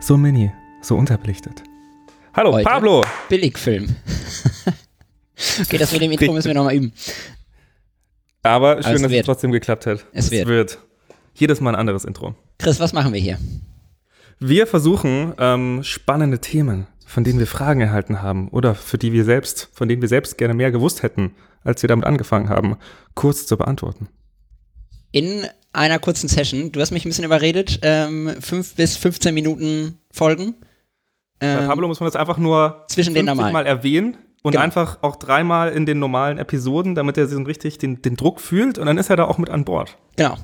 So mini, so unterbelichtet. Hallo, Heute Pablo! Billigfilm. Okay, das mit dem Intro müssen wir nochmal üben. Aber schön, dass es trotzdem geklappt hat. Es wird. Jedes Mal ein anderes Intro. Chris, was machen wir hier? Wir versuchen, spannende Themen, von denen wir Fragen erhalten haben oder von denen wir selbst gerne mehr gewusst hätten, als wir damit angefangen haben, kurz zu beantworten. In einer kurzen Session. Du hast mich ein bisschen überredet. 5 bis 15 Minuten Folgen. Bei Pablo muss man das einfach nur zwischen den 50 Mal erwähnen und einfach auch 3-mal in den normalen Episoden, damit er so richtig den Druck fühlt und dann ist er da auch mit an Bord. Genau.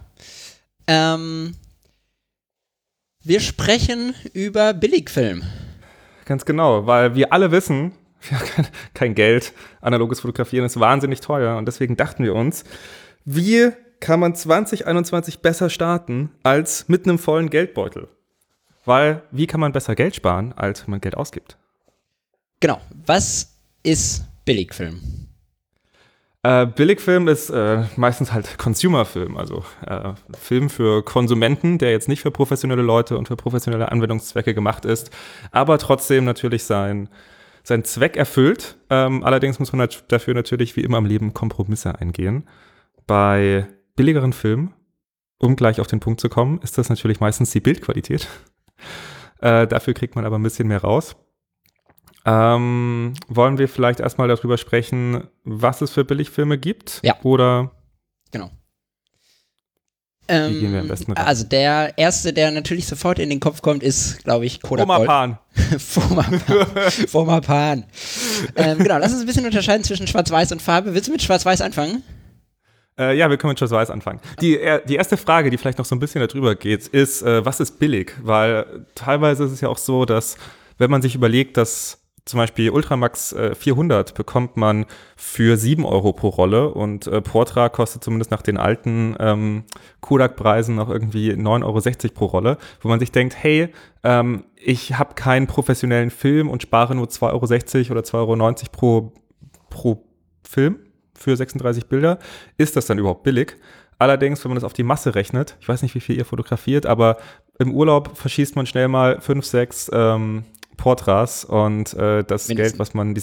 Wir sprechen über Billigfilm. Ganz genau, weil wir alle wissen, wir haben kein Geld, analoges Fotografieren ist wahnsinnig teuer und deswegen dachten wir uns, wie kann man 2021 besser starten als mit einem vollen Geldbeutel? Weil, wie kann man besser Geld sparen, als wenn man Geld ausgibt? Genau. Was ist Billigfilm? Billigfilm ist meistens halt Consumerfilm, also Film für Konsumenten, der jetzt nicht für professionelle Leute und für professionelle Anwendungszwecke gemacht ist, aber trotzdem natürlich seinen Zweck erfüllt. Allerdings muss man dafür natürlich wie immer im Leben Kompromisse eingehen. Bei billigeren Filmen, um gleich auf den Punkt zu kommen, ist das natürlich meistens die Bildqualität. Dafür kriegt man aber ein bisschen mehr raus. Wollen wir vielleicht erstmal darüber sprechen, was es für Billigfilme gibt? Ja. Oder? Genau. Wie gehen wir am besten rein? Also der erste, der natürlich sofort in den Kopf kommt, ist, glaube ich, Kodak Fomapan. Fomapan. Genau, lass uns ein bisschen unterscheiden zwischen Schwarz-Weiß und Farbe. Willst du mit Schwarz-Weiß anfangen? Ja, wir können mit Schwarz-Weiß anfangen. Die erste Frage, die vielleicht noch so ein bisschen darüber geht, ist, was ist billig? Weil teilweise ist es ja auch so, dass, wenn man sich überlegt, dass zum Beispiel Ultramax 400 bekommt man für 7 Euro pro Rolle und Portra kostet zumindest nach den alten Kodak-Preisen noch irgendwie 9,60 Euro pro Rolle, wo man sich denkt, hey, ich habe keinen professionellen Film und spare nur 2,60 Euro oder 2,90 Euro pro Film für 36 Bilder. Ist das dann überhaupt billig? Allerdings, wenn man das auf die Masse rechnet, ich weiß nicht, wie viel ihr fotografiert, aber im Urlaub verschießt man schnell mal 5, 6 Portras und das Geld, was man die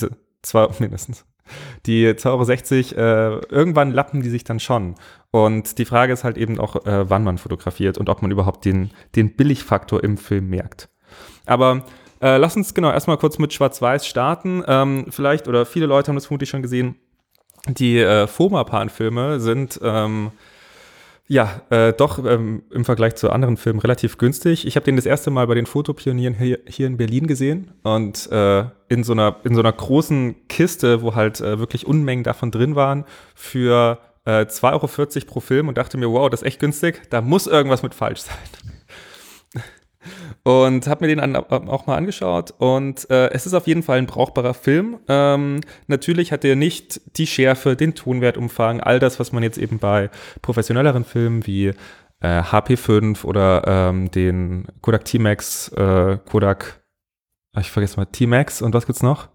2,60 Euro, irgendwann lappen die sich dann schon. Und die Frage ist halt eben auch, wann man fotografiert und ob man überhaupt den Billigfaktor im Film merkt. Aber lass uns genau erstmal kurz mit Schwarz-Weiß starten. Vielleicht, oder viele Leute haben das vermutlich schon gesehen, die Fomapan-Filme sind doch im Vergleich zu anderen Filmen relativ günstig. Ich habe den das erste Mal bei den Fotopionieren hier in Berlin gesehen und in so einer großen Kiste, wo halt wirklich Unmengen davon drin waren, für 2,40 Euro pro Film und dachte mir, wow, das ist echt günstig, da muss irgendwas mit falsch sein. Und habe mir den auch mal angeschaut und es ist auf jeden Fall ein brauchbarer Film. Natürlich hat er nicht die Schärfe, den Tonwertumfang, all das, was man jetzt eben bei professionelleren Filmen wie HP5 oder den Kodak T-Max, ich vergesse mal, T-Max und was gibt's noch?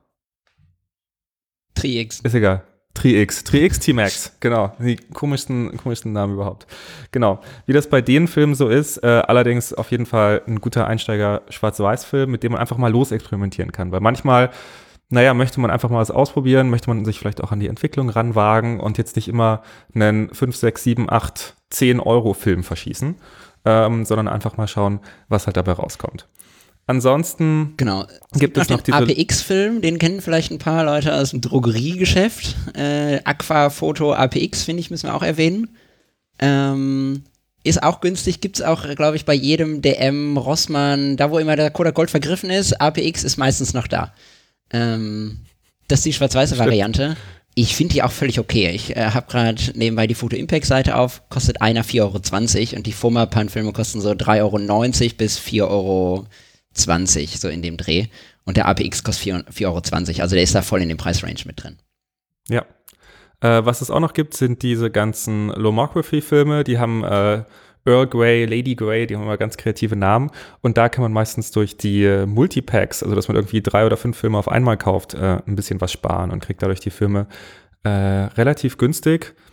Tri-X. Ist egal. Tri-X T-Max, genau, die komischsten Namen überhaupt. Genau, wie das bei den Filmen so ist, allerdings auf jeden Fall ein guter Einsteiger-Schwarz-Weiß-Film, mit dem man einfach mal losexperimentieren kann, weil manchmal, möchte man einfach mal was ausprobieren, möchte man sich vielleicht auch an die Entwicklung ranwagen und jetzt nicht immer einen 5, 6, 7, 8, 10 Euro Film verschießen, sondern einfach mal schauen, was halt dabei rauskommt. Ansonsten gibt es noch den APX-Film, den kennen vielleicht ein paar Leute aus dem Drogeriegeschäft. Aquafoto APX, finde ich, müssen wir auch erwähnen. Ist auch günstig, gibt es auch, glaube ich, bei jedem DM, Rossmann, da wo immer der Kodak Gold vergriffen ist. APX ist meistens noch da. Das ist die schwarz-weiße Variante. Ich finde die auch völlig okay. Ich habe gerade nebenbei die Photo-Impact-Seite auf, kostet einer 4,20 Euro und die Fomapan-Filme kosten so 3,90 Euro bis 4,20 Euro, so in dem Dreh. Und der APX kostet 4,20 Euro. Also der ist da voll in dem Preisrange mit drin. Ja. Was es auch noch gibt, sind diese ganzen Lomography-Filme. Die haben Earl Grey, Lady Grey, die haben immer ganz kreative Namen. Und da kann man meistens durch die Multipacks, also dass man irgendwie 3 oder 5 Filme auf einmal kauft, ein bisschen was sparen und kriegt dadurch die Filme relativ günstig.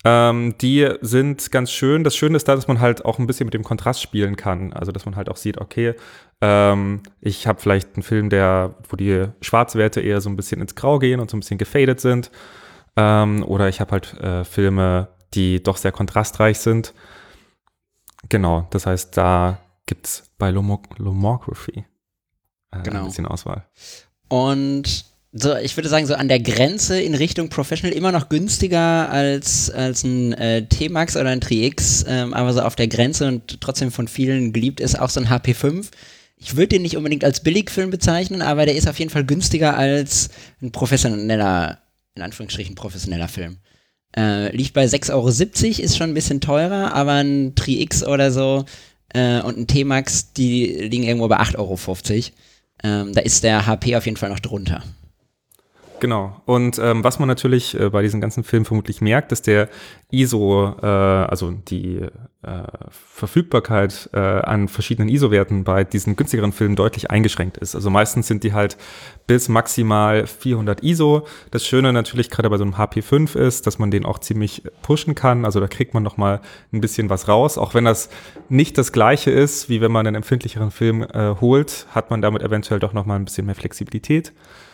Die sind ganz schön. Das Schöne ist da, dass man halt auch ein bisschen mit dem Kontrast spielen kann. Also, dass man halt auch sieht, okay, ich habe vielleicht einen Film, wo die Schwarzwerte eher so ein bisschen ins Grau gehen und so ein bisschen gefadet sind. Oder ich habe halt Filme, die doch sehr kontrastreich sind. Genau, das heißt, da gibt es bei Lomography ein bisschen Auswahl. Und so, ich würde sagen, so an der Grenze in Richtung Professional immer noch günstiger als ein T-Max oder ein Tri-X, aber so auf der Grenze und trotzdem von vielen geliebt ist auch so ein HP5. Ich würde den nicht unbedingt als Billigfilm bezeichnen, aber der ist auf jeden Fall günstiger als ein professioneller, in Anführungsstrichen professioneller Film. Liegt bei 6,70 €, ist schon ein bisschen teurer, aber ein Tri-X oder so und ein T-Max, die liegen irgendwo bei 8,50 €. Da ist der HP auf jeden Fall noch drunter. Genau. Und was man natürlich bei diesen ganzen Filmen vermutlich merkt, dass der ISO, also die Verfügbarkeit an verschiedenen ISO-Werten bei diesen günstigeren Filmen deutlich eingeschränkt ist. Also meistens sind die halt bis maximal 400 ISO. Das Schöne natürlich gerade bei so einem HP5 ist, dass man den auch ziemlich pushen kann. Also da kriegt man noch mal ein bisschen was raus. Auch wenn das nicht das Gleiche ist, wie wenn man einen empfindlicheren Film holt, hat man damit eventuell doch noch mal ein bisschen mehr Flexibilität.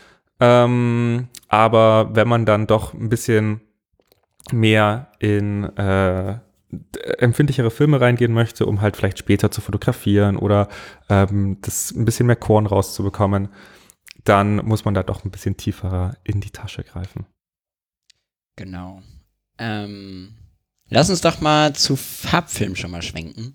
Aber wenn man dann doch ein bisschen mehr in empfindlichere Filme reingehen möchte, um halt vielleicht später zu fotografieren oder das ein bisschen mehr Korn rauszubekommen, dann muss man da doch ein bisschen tiefer in die Tasche greifen. Genau. Lass uns doch mal zu Farbfilmen schon mal schwenken.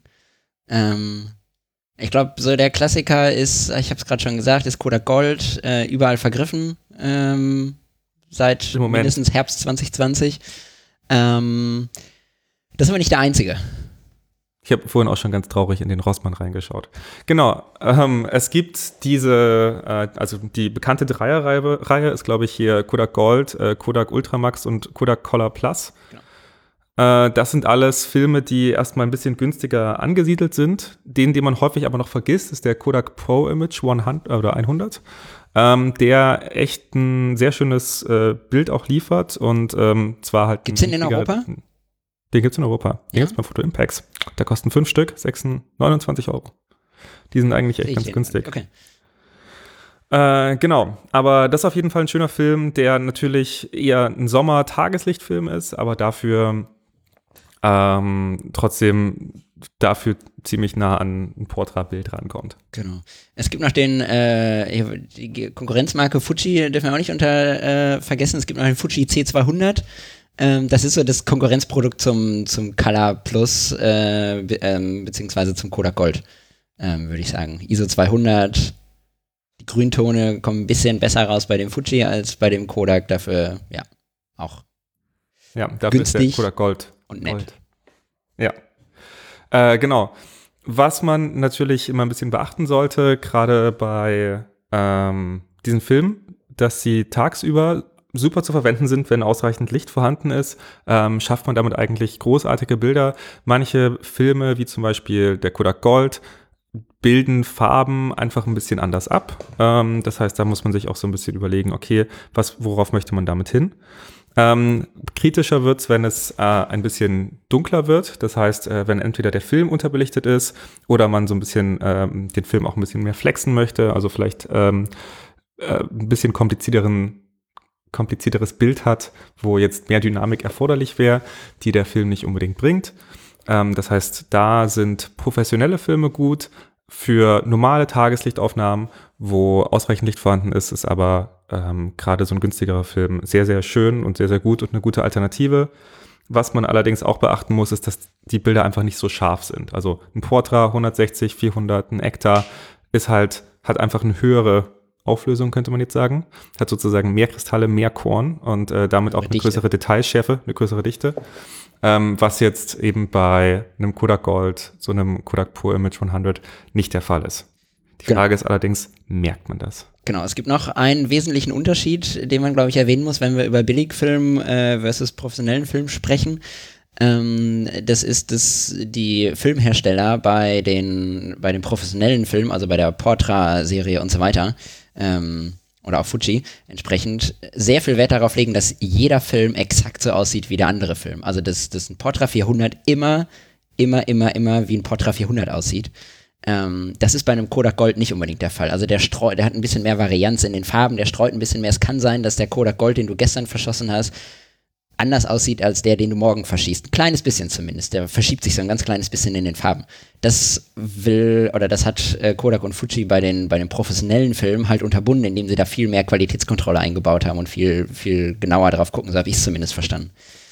Ich glaube, so der Klassiker ist, ich habe es gerade schon gesagt, ist Kodak Gold, überall vergriffen, seit mindestens Herbst 2020. Das ist aber nicht der einzige. Ich habe vorhin auch schon ganz traurig in den Rossmann reingeschaut. Genau, es gibt also die bekannte Dreierreihe ist, glaube ich, hier Kodak Gold, Kodak Ultramax und Kodak Color Plus. Genau. Das sind alles Filme, die erstmal ein bisschen günstiger angesiedelt sind. Den man häufig aber noch vergisst, ist der Kodak Pro Image 100, der echt ein sehr schönes Bild auch liefert und zwar halt. Gibt's den in Europa? Den gibt's in Europa. Den gibt's bei Photo Impacts. Da kosten 5 Stück, 29 €. Die sind eigentlich echt ganz günstig. Okay. Genau, aber das ist auf jeden Fall ein schöner Film, der natürlich eher ein Sommer-Tageslichtfilm ist, aber dafür trotzdem dafür ziemlich nah an ein Portrait-Bild rankommt. Genau. Es gibt noch die Konkurrenzmarke Fuji, dürfen wir auch nicht vergessen, es gibt noch den Fuji C200. Das ist so das Konkurrenzprodukt zum Color Plus, beziehungsweise zum Kodak Gold, würde ich sagen. ISO 200, die Grüntone kommen ein bisschen besser raus bei dem Fuji als bei dem Kodak, dafür, ja, auch dafür günstig ist der Kodak Gold. Und nett. Ja. Genau. Was man natürlich immer ein bisschen beachten sollte, gerade bei diesen Filmen, dass sie tagsüber super zu verwenden sind, wenn ausreichend Licht vorhanden ist, schafft man damit eigentlich großartige Bilder. Manche Filme, wie zum Beispiel der Kodak Gold, bilden Farben einfach ein bisschen anders ab. Das heißt, da muss man sich auch so ein bisschen überlegen, okay, worauf möchte man damit hin? Kritischer wird es, wenn es ein bisschen dunkler wird. Das heißt, wenn entweder der Film unterbelichtet ist oder man so ein bisschen den Film auch ein bisschen mehr flexen möchte, also vielleicht ein bisschen komplizierteres Bild hat, wo jetzt mehr Dynamik erforderlich wäre, die der Film nicht unbedingt bringt. Das heißt, da sind professionelle Filme gut. Für normale Tageslichtaufnahmen, wo ausreichend Licht vorhanden ist, ist aber gerade so ein günstigerer Film sehr, sehr schön und sehr, sehr gut und eine gute Alternative. Was man allerdings auch beachten muss, ist, dass die Bilder einfach nicht so scharf sind. Also ein Portra 160, 400, ein Ektar hat einfach eine höhere Auflösung, könnte man jetzt sagen. Hat sozusagen mehr Kristalle, mehr Korn und damit auch eine größere Detailschärfe, eine größere Dichte. Was jetzt eben bei einem Kodak Gold, so einem Kodak Pro Image 100 nicht der Fall ist. Die Frage ist allerdings, merkt man das? Genau, es gibt noch einen wesentlichen Unterschied, den man, glaube ich, erwähnen muss, wenn wir über Billigfilm versus professionellen Film sprechen. Das ist, dass die Filmhersteller bei den professionellen Filmen, also bei der Portra-Serie und so weiter, oder auch Fuji entsprechend sehr viel Wert darauf legen, dass jeder Film exakt so aussieht wie der andere Film. Also dass ein Portra 400 immer wie ein Portra 400 aussieht. Das ist bei einem Kodak Gold nicht unbedingt der Fall. Also der hat ein bisschen mehr Varianz in den Farben, der streut ein bisschen mehr. Es kann sein, dass der Kodak Gold, den du gestern verschossen hast, anders aussieht als der, den du morgen verschießt. Ein kleines bisschen zumindest. Der verschiebt sich so ein ganz kleines bisschen in den Farben. Das hat Kodak und Fuji bei den professionellen Filmen halt unterbunden, indem sie da viel mehr Qualitätskontrolle eingebaut haben und viel, viel genauer drauf gucken. So habe ich es zumindest verstanden.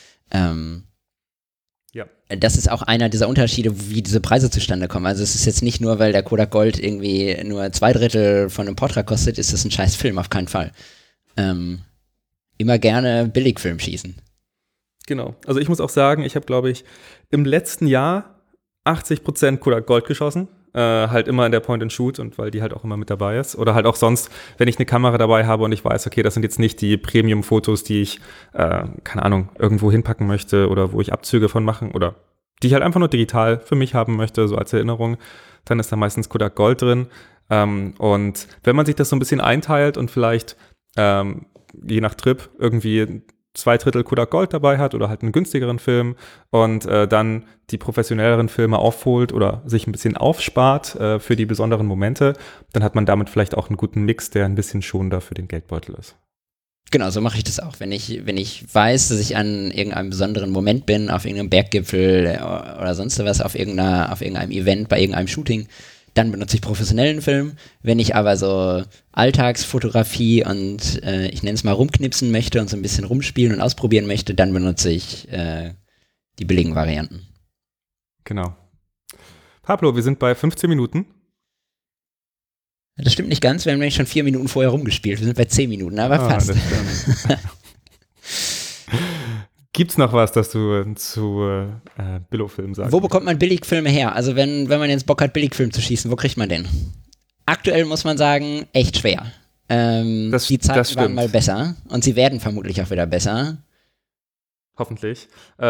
Ja. Das ist auch einer dieser Unterschiede, wie diese Preise zustande kommen. Also es ist jetzt nicht nur, weil der Kodak Gold irgendwie nur 2/3 von einem Portra kostet, ist es ein scheiß Film, auf keinen Fall. Immer gerne Billigfilm schießen. Genau. Also ich muss auch sagen, ich habe, glaube ich, im letzten Jahr 80% Kodak Gold geschossen. Halt immer in der Point-and-Shoot und weil die halt auch immer mit dabei ist. Oder halt auch sonst, wenn ich eine Kamera dabei habe und ich weiß, okay, das sind jetzt nicht die Premium-Fotos, die ich, keine Ahnung, irgendwo hinpacken möchte oder wo ich Abzüge von machen oder die ich halt einfach nur digital für mich haben möchte, so als Erinnerung, dann ist da meistens Kodak Gold drin. Und wenn man sich das so ein bisschen einteilt und vielleicht je nach Trip irgendwie 2/3 Kodak Gold dabei hat oder halt einen günstigeren Film und dann die professionelleren Filme aufholt oder sich ein bisschen aufspart für die besonderen Momente, dann hat man damit vielleicht auch einen guten Mix, der ein bisschen schonender für den Geldbeutel ist. Genau, so mache ich das auch. Wenn ich weiß, dass ich an irgendeinem besonderen Moment bin, auf irgendeinem Berggipfel oder sonst was, auf irgendeinem Event, bei irgendeinem Shooting, dann benutze ich professionellen Film. Wenn ich aber so Alltagsfotografie und ich nenne es mal rumknipsen möchte und so ein bisschen rumspielen und ausprobieren möchte, dann benutze ich die billigen Varianten. Genau. Pablo, wir sind bei 15 Minuten. Das stimmt nicht ganz, wir haben nämlich schon 4 Minuten vorher rumgespielt. Wir sind bei 10 Minuten, aber fast. Gibt's noch was, das du zu Billo-Filmen sagst? Wo bekommt man Billigfilme her? Also wenn man jetzt Bock hat, Billigfilm zu schießen, wo kriegt man den? Aktuell muss man sagen, echt schwer. Die Zeiten waren mal besser und sie werden vermutlich auch wieder besser. Hoffentlich.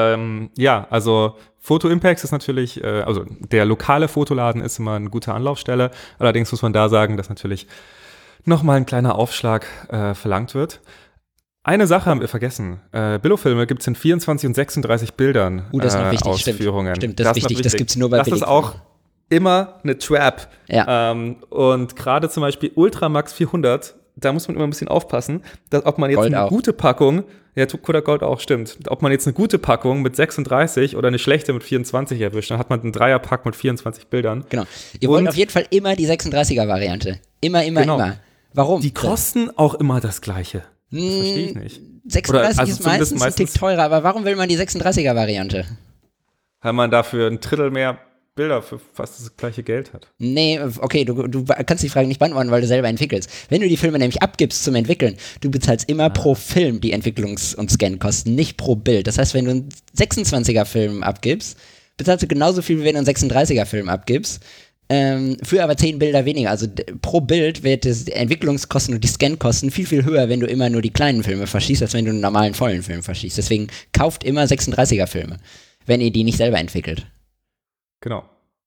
Ja, also Photo Impacts ist natürlich, also der lokale Fotoladen ist immer eine gute Anlaufstelle. Allerdings muss man da sagen, dass natürlich nochmal ein kleiner Aufschlag verlangt wird. Eine Sache haben wir vergessen. Billo-Filme gibt es in 24 und 36 Bildern. Das ist noch wichtig, Ausführungen. Stimmt, das ist wichtig. Das gibt es nur bei Das ist auch immer eine Trap. Ja. Und gerade zum Beispiel Ultramax 400, da muss man immer ein bisschen aufpassen, dass, ob man jetzt Gold eine auch. gute Packung, ja, Kodak Gold auch, stimmt, ob man jetzt eine gute Packung mit 36 oder eine schlechte mit 24 erwischt, dann hat man einen Dreierpack mit 24 Bildern. Genau. Ihr wollt auf jeden Fall immer die 36er-Variante. Immer. Warum? Die kosten auch immer das Gleiche. Das verstehe ich nicht. 36 ist meistens ein Tick teurer, aber warum will man die 36er-Variante? Weil man dafür ein Drittel mehr Bilder für fast das gleiche Geld hat. Nee, okay, du kannst die Frage nicht beantworten, weil du selber entwickelst. Wenn du die Filme nämlich abgibst zum Entwickeln, du bezahlst immer pro Film die Entwicklungs- und Scankosten, nicht pro Bild. Das heißt, wenn du einen 26er-Film abgibst, bezahlst du genauso viel, wie wenn du einen 36er-Film abgibst. Für aber 10 Bilder weniger. Also pro Bild wird die Entwicklungskosten und die Scankosten viel, viel höher, wenn du immer nur die kleinen Filme verschießt, als wenn du einen normalen vollen Film verschießt. Deswegen kauft immer 36er-Filme, wenn ihr die nicht selber entwickelt. Genau.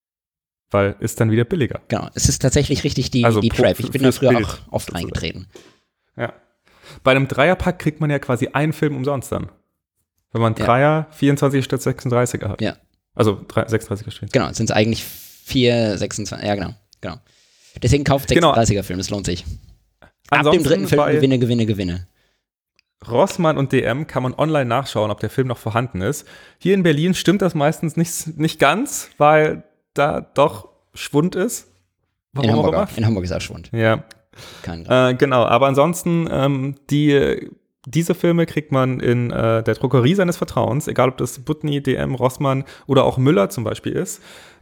Weil ist dann wieder billiger. Genau, es ist tatsächlich richtig die Trap. Ich bin da früher auch oft reingetreten. Ja. Bei einem Dreierpack kriegt man ja quasi einen Film umsonst dann. Wenn man Dreier 24 statt 36er hat. Ja. Also 36er stehen. Genau, sind es eigentlich 4, 26, ja genau. Deswegen kauft 36er-Film, das lohnt sich. Ab dem dritten Film Gewinne. Rossmann und DM kann man online nachschauen, ob der Film noch vorhanden ist. Hier in Berlin stimmt das meistens nicht ganz, weil da doch Schwund ist. Warum in Hamburg ist auch Schwund. Ja. Genau, aber ansonsten diese Filme kriegt man in der Druckerie seines Vertrauens, egal ob das Butni, DM, Rossmann oder auch Müller zum Beispiel ist.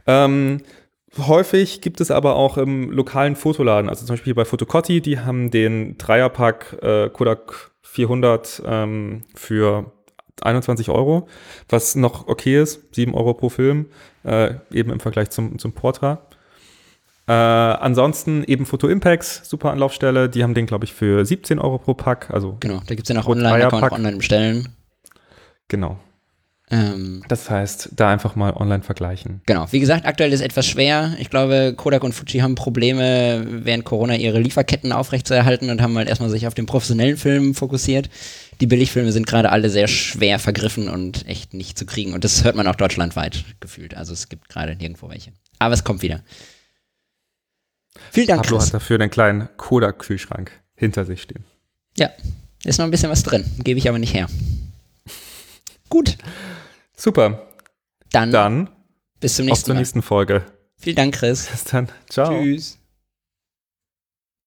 Häufig gibt es aber auch im lokalen Fotoladen, also zum Beispiel bei Fotocotti, die haben den Dreierpack Kodak 400 für 21 €, was noch okay ist, 7 € pro Film, eben im Vergleich zum Portra. Ansonsten eben Photo Impacts, super Anlaufstelle, die haben den, glaube ich, für 17 € pro Pack. Also genau, da gibt es ja noch online, da kann man auch online bestellen. Genau. Das heißt, da einfach mal online vergleichen. Genau, wie gesagt, aktuell ist es etwas schwer. Ich glaube, Kodak und Fuji haben Probleme, während Corona ihre Lieferketten aufrechtzuerhalten und haben halt erstmal sich auf den professionellen Film fokussiert. Die Billigfilme sind gerade alle sehr schwer vergriffen und echt nicht zu kriegen. Und das hört man auch deutschlandweit gefühlt. Also es gibt gerade nirgendwo welche. Aber es kommt wieder. Vielen Dank, Pablo Chris. hat dafür den kleinen Kodak-Kühlschrank hinter sich stehen. Ja, ist noch ein bisschen was drin. Gebe ich aber nicht her. Gut. Super. Dann Dann bis zum auf nächsten zur Mal. nächsten Folge. Vielen Dank, Chris. Bis dann. Ciao. Tschüss.